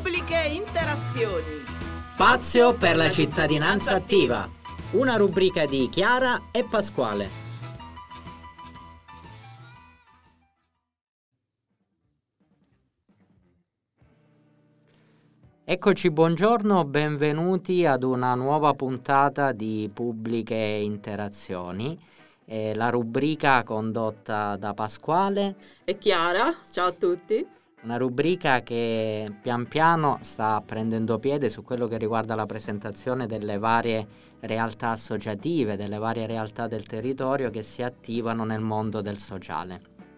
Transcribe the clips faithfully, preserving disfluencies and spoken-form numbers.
Pubbliche interazioni. Spazio per la cittadinanza attiva. Una rubrica di Chiara e Pasquale. Eccoci, buongiorno, benvenuti ad una nuova puntata di Pubbliche interazioni. Eh, la rubrica condotta da Pasquale E Chiara, ciao a tutti. Una rubrica che pian piano sta prendendo piede su quello che riguarda la presentazione delle varie realtà associative, delle varie realtà del territorio che si attivano nel mondo del sociale.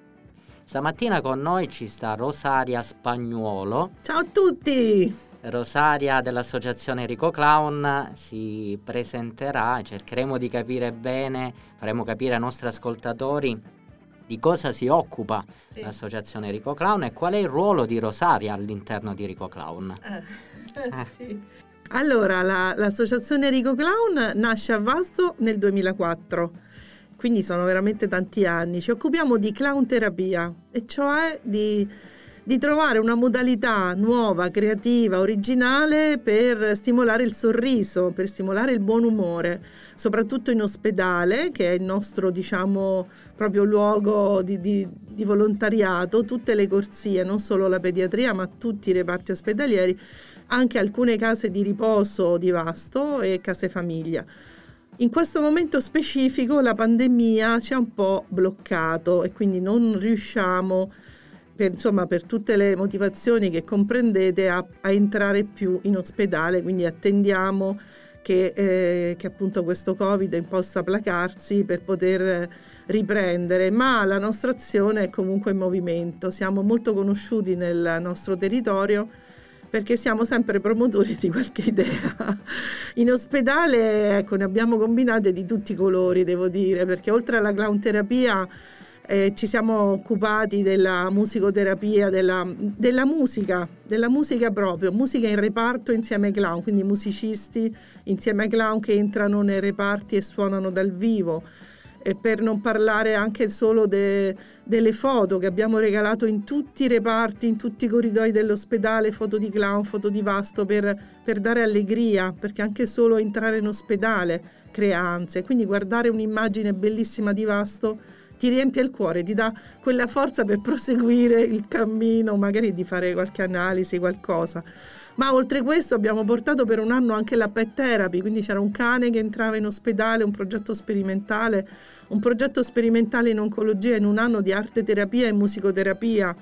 Stamattina con noi ci sta Rosaria Spagnuolo. Ciao a tutti! Rosaria dell'associazione Enrico Clown si presenterà e cercheremo di capire bene, faremo capire ai nostri ascoltatori di cosa si occupa sì. l'associazione Enrico Clown e qual è il ruolo di Rosaria all'interno di Enrico Clown. Eh, eh. Sì. Allora, la, l'associazione Enrico Clown nasce a Vasto nel duemilaquattro, quindi sono veramente tanti anni. Ci occupiamo di clown terapia, e cioè di, di trovare una modalità nuova, creativa, originale per stimolare il sorriso, per stimolare il buon umore, soprattutto in ospedale, che è il nostro, diciamo, proprio luogo di, di, di volontariato, tutte le corsie, non solo la pediatria, ma tutti i reparti ospedalieri, anche alcune case di riposo di Vasto e case famiglia. In questo momento specifico la pandemia ci ha un po' bloccato e quindi non riusciamo, per, insomma, per tutte le motivazioni che comprendete, a, a entrare più in ospedale, quindi attendiamo che, eh, che appunto questo Covid possa placarsi per poter riprendere, ma la nostra azione è comunque in movimento. Siamo molto conosciuti nel nostro territorio perché siamo sempre promotori di qualche idea. In ospedale, ecco, ne abbiamo combinate di tutti i colori, devo dire, perché oltre alla clown terapia eh, ci siamo occupati della musicoterapia, della, della musica, della musica proprio, musica in reparto insieme ai clown, quindi musicisti insieme ai clown che entrano nei reparti e suonano dal vivo. E per non parlare anche solo de, delle foto che abbiamo regalato in tutti i reparti, in tutti i corridoi dell'ospedale, foto di clown, foto di Vasto, per, per dare allegria, perché anche solo entrare in ospedale crea ansia. Quindi guardare un'immagine bellissima di Vasto ti riempie il cuore, ti dà quella forza per proseguire il cammino, magari di fare qualche analisi, qualcosa. Ma oltre questo abbiamo portato per un anno anche la pet therapy, quindi c'era un cane che entrava in ospedale, un progetto sperimentale, un progetto sperimentale in oncologia, in un anno di arte terapia e musicoterapia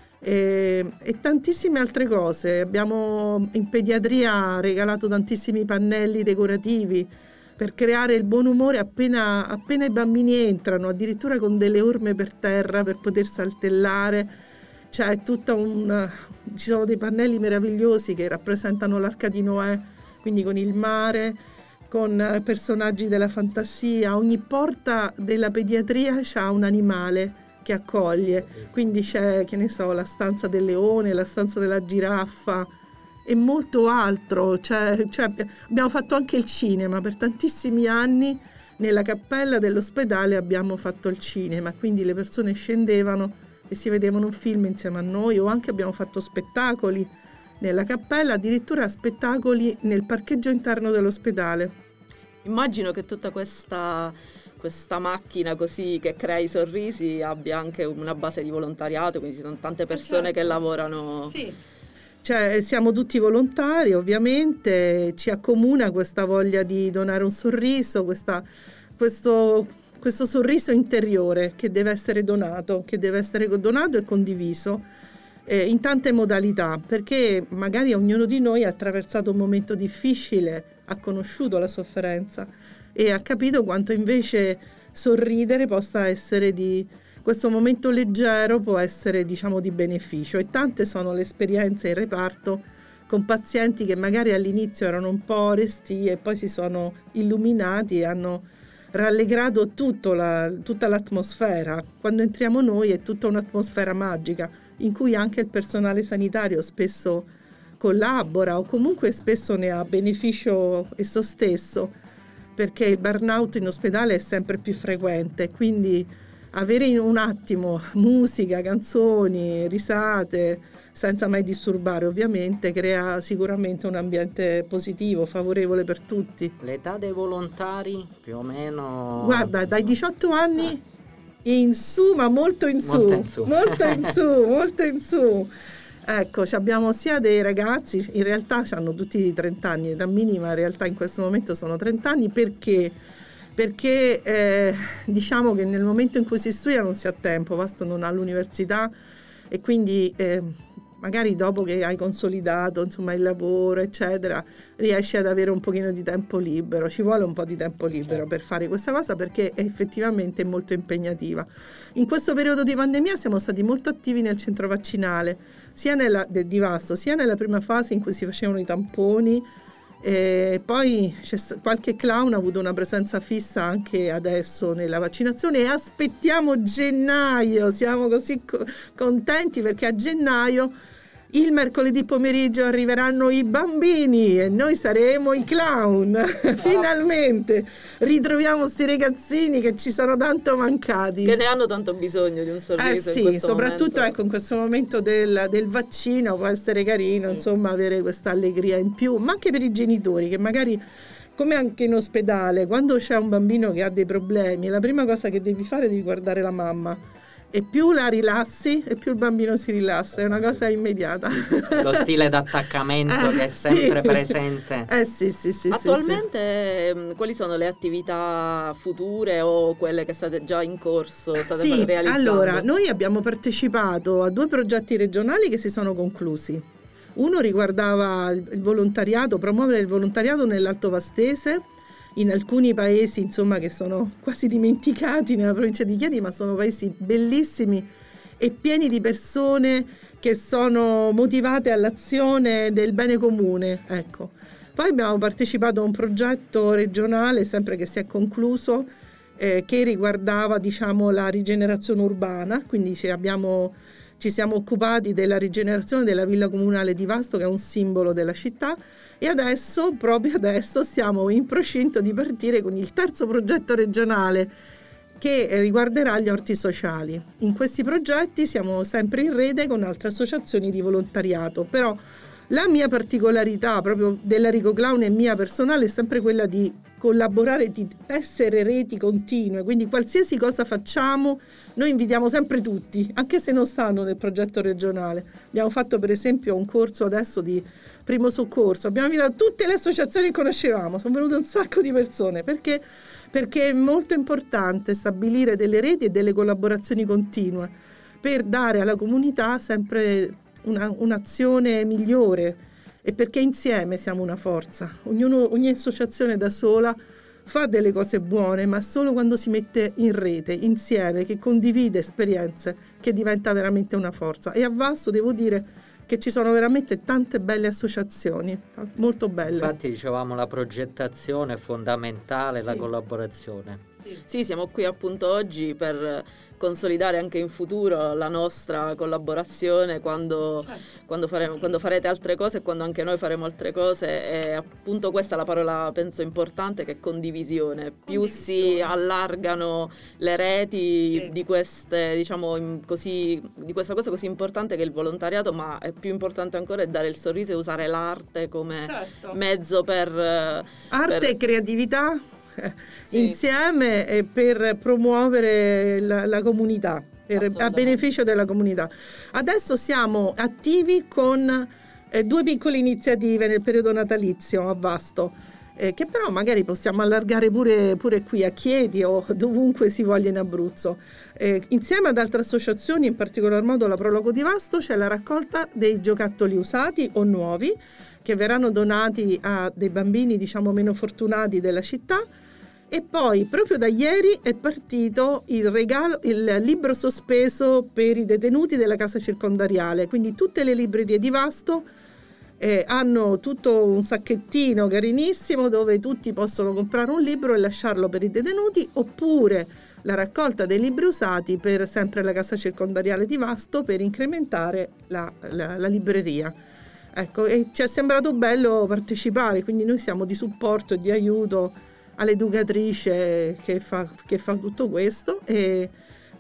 e, e tantissime altre cose. Abbiamo in pediatria regalato tantissimi pannelli decorativi per creare il buon umore appena, appena i bambini entrano, addirittura con delle orme per terra per poter saltellare. C'è tutta un, ci sono dei pannelli meravigliosi che rappresentano l'Arca di Noè, quindi con il mare, con personaggi della fantasia. Ogni porta della pediatria c'ha un animale che accoglie, quindi c'è, che ne so, la stanza del leone, la stanza della giraffa e molto altro. Cioè, cioè, abbiamo fatto anche il cinema per tantissimi anni. Nella cappella dell'ospedale abbiamo fatto il cinema, quindi le persone scendevano e si vedevano un film insieme a noi, o anche abbiamo fatto spettacoli nella cappella, addirittura spettacoli nel parcheggio interno dell'ospedale. Immagino che tutta questa, questa macchina così che crea i sorrisi abbia anche una base di volontariato, quindi ci sono tante persone certo. che lavorano. Sì. Cioè, siamo tutti volontari, ovviamente, ci accomuna questa voglia di donare un sorriso, questa, questo... questo sorriso interiore che deve essere donato, che deve essere donato e condiviso eh, in tante modalità, perché magari ognuno di noi ha attraversato un momento difficile, ha conosciuto la sofferenza e ha capito quanto invece sorridere possa essere di questo momento leggero, può essere, diciamo, di beneficio. E tante sono le esperienze in reparto con pazienti che magari all'inizio erano un po' restii e poi si sono illuminati e hanno rallegrato tutto la, tutta l'atmosfera. Quando entriamo noi è tutta un'atmosfera magica in cui anche il personale sanitario spesso collabora o comunque spesso ne ha beneficio esso stesso, perché il burnout in ospedale è sempre più frequente, quindi avere in un attimo musica, canzoni, risate, senza mai disturbare ovviamente, crea sicuramente un ambiente positivo, favorevole per tutti. L'età dei volontari più o meno? Guarda, dai diciotto anni in su, ma molto in su, molto in su, molto in su, molto in su. Ecco, abbiamo sia dei ragazzi, in realtà hanno tutti trenta anni, età minima in realtà in questo momento sono trenta anni, perché perché eh, diciamo che nel momento in cui si studia non si ha tempo, Vasto non ha l'università e quindi eh, magari dopo che hai consolidato insomma il lavoro eccetera riesci ad avere un pochino di tempo libero, ci vuole un po' di tempo libero per fare questa cosa perché è effettivamente molto impegnativa. In questo periodo di pandemia siamo stati molto attivi nel centro vaccinale, sia nella, di Vasto, sia nella prima fase in cui si facevano i tamponi. E poi c'è qualche clown ha avuto una presenza fissa anche adesso nella vaccinazione e aspettiamo gennaio, siamo così co- contenti perché a gennaio il mercoledì pomeriggio arriveranno i bambini e noi saremo i clown. Finalmente ritroviamo sti ragazzini che ci sono tanto mancati, che ne hanno tanto bisogno di un sorriso. Eh sì, in questo soprattutto momento. Ecco in questo momento del, del vaccino può essere carino, sì, insomma avere questa allegria in più, ma anche per i genitori che magari, come anche in ospedale, quando c'è un bambino che ha dei problemi, la prima cosa che devi fare è devi guardare la mamma. E più la rilassi e più il bambino si rilassa, è una cosa immediata. Lo stile d'attaccamento eh, che è sempre sì. presente. Eh sì, sì, sì. Attualmente sì, sì. quali sono le attività future o quelle che state già in corso, state sì, realizzando? Allora, noi abbiamo partecipato a due progetti regionali che si sono conclusi. Uno riguardava il volontariato, promuovere il volontariato nell'Alto Vastese, in alcuni paesi insomma che sono quasi dimenticati nella provincia di Chieti, ma sono paesi bellissimi e pieni di persone che sono motivate all'azione del bene comune, ecco. Poi abbiamo partecipato a un progetto regionale sempre che si è concluso eh, che riguardava diciamo la rigenerazione urbana, quindi ci abbiamo ci siamo occupati della rigenerazione della villa comunale di Vasto, che è un simbolo della città, e adesso, proprio adesso, siamo in procinto di partire con il terzo progetto regionale che riguarderà gli orti sociali. In questi progetti siamo sempre in rete con altre associazioni di volontariato, però la mia particolarità proprio della Rico Clown e mia personale è sempre quella di collaborare, di essere reti continue, quindi qualsiasi cosa facciamo noi invitiamo sempre tutti, anche se non stanno nel progetto regionale. Abbiamo fatto per esempio un corso adesso di primo soccorso, abbiamo invitato tutte le associazioni che conoscevamo, sono venute un sacco di persone, perché perché è molto importante stabilire delle reti e delle collaborazioni continue per dare alla comunità sempre una, un'azione migliore, e perché insieme siamo una forza. Ognuno, ogni associazione da sola fa delle cose buone, ma solo quando si mette in rete, insieme, che condivide esperienze, che diventa veramente una forza. E a Vasto devo dire che ci sono veramente tante belle associazioni, molto belle. Infatti dicevamo la progettazione è fondamentale, sì. La collaborazione. Sì. Sì, siamo qui appunto oggi per consolidare anche in futuro la nostra collaborazione quando, certo. quando, faremo, quando farete altre cose e quando anche noi faremo altre cose. E appunto questa è la parola penso importante, che è condivisione. Più condivisione. Si allargano le reti sì. di queste, diciamo così, di questa cosa così importante che è il volontariato, ma è più importante ancora è dare il sorriso e usare l'arte come certo. mezzo per arte per... e creatività sì. insieme e per promuovere la, la comunità, per, a beneficio della comunità. Adesso siamo attivi con eh, due piccole iniziative nel periodo natalizio a Vasto, eh, che però magari possiamo allargare pure, pure qui a Chieti o dovunque si voglia in Abruzzo. Eh, insieme ad altre associazioni, in particolar modo la Prologo di Vasto, c'è la raccolta dei giocattoli usati o nuovi che verranno donati a dei bambini diciamo meno fortunati della città. E poi proprio da ieri è partito il regalo, il libro sospeso per i detenuti della casa circondariale, quindi tutte le librerie di Vasto eh, hanno tutto un sacchettino carinissimo dove tutti possono comprare un libro e lasciarlo per i detenuti, oppure la raccolta dei libri usati per sempre la casa circondariale di Vasto per incrementare la, la, la libreria. Ecco, e ci è sembrato bello partecipare, quindi noi siamo di supporto e di aiuto all'educatrice che fa, che fa tutto questo, e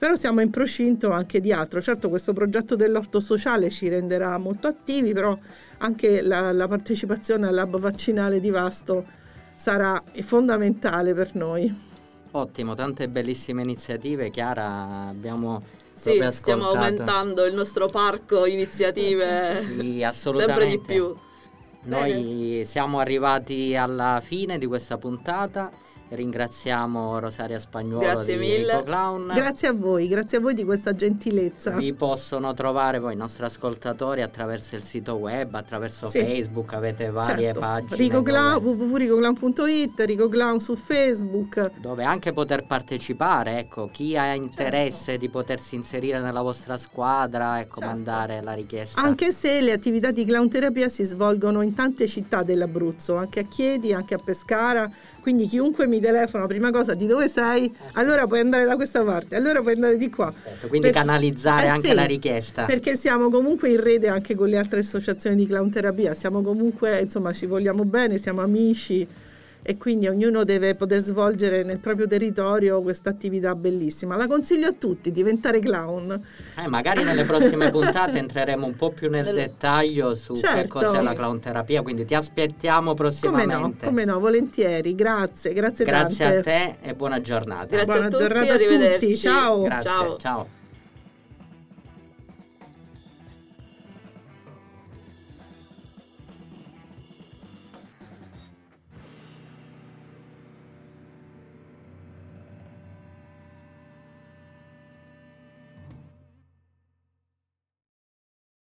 Però siamo in procinto anche di altro. Certo, questo progetto dell'orto sociale ci renderà molto attivi, però anche la, la partecipazione al lab vaccinale di Vasto sarà fondamentale per noi. Ottimo, tante bellissime iniziative, Chiara, abbiamo sì, stiamo aumentando il nostro parco iniziative sì, assolutamente. Sempre di più. Noi Bene. Siamo arrivati alla fine di questa puntata. Ringraziamo Rosaria Spagnuolo grazie di mille. Rico Clown. Grazie a voi, grazie a voi di questa gentilezza. Vi possono trovare voi, i nostri ascoltatori, attraverso il sito web, attraverso sì. Facebook, avete varie certo. pagine. Rico Clown, w w w punto rico clown punto it, Rico Clown su Facebook. Dove anche poter partecipare, ecco, chi ha interesse certo. di potersi inserire nella vostra squadra, ecco, certo. mandare la richiesta. Anche se le attività di clown terapia si svolgono in tante città dell'Abruzzo, anche a Chieti, anche a Pescara. Quindi chiunque mi telefona, prima cosa, di dove sei? Allora puoi andare da questa parte, allora puoi andare di qua. Certo, quindi per... canalizzare eh, anche sì, la richiesta. Perché siamo comunque in rete anche con le altre associazioni di clown terapia, siamo comunque, insomma, ci vogliamo bene, siamo amici e quindi ognuno deve poter svolgere nel proprio territorio questa attività bellissima. La consiglio a tutti, diventare clown. Eh, magari nelle prossime puntate entreremo un po' più nel Del... dettaglio su certo. che cos'è la clown terapia, quindi ti aspettiamo prossimamente. Come no, come no, volentieri, grazie, grazie Grazie tante. a te e buona giornata. Grazie buona a tutti, giornata a tutti, ciao. Grazie, ciao. ciao.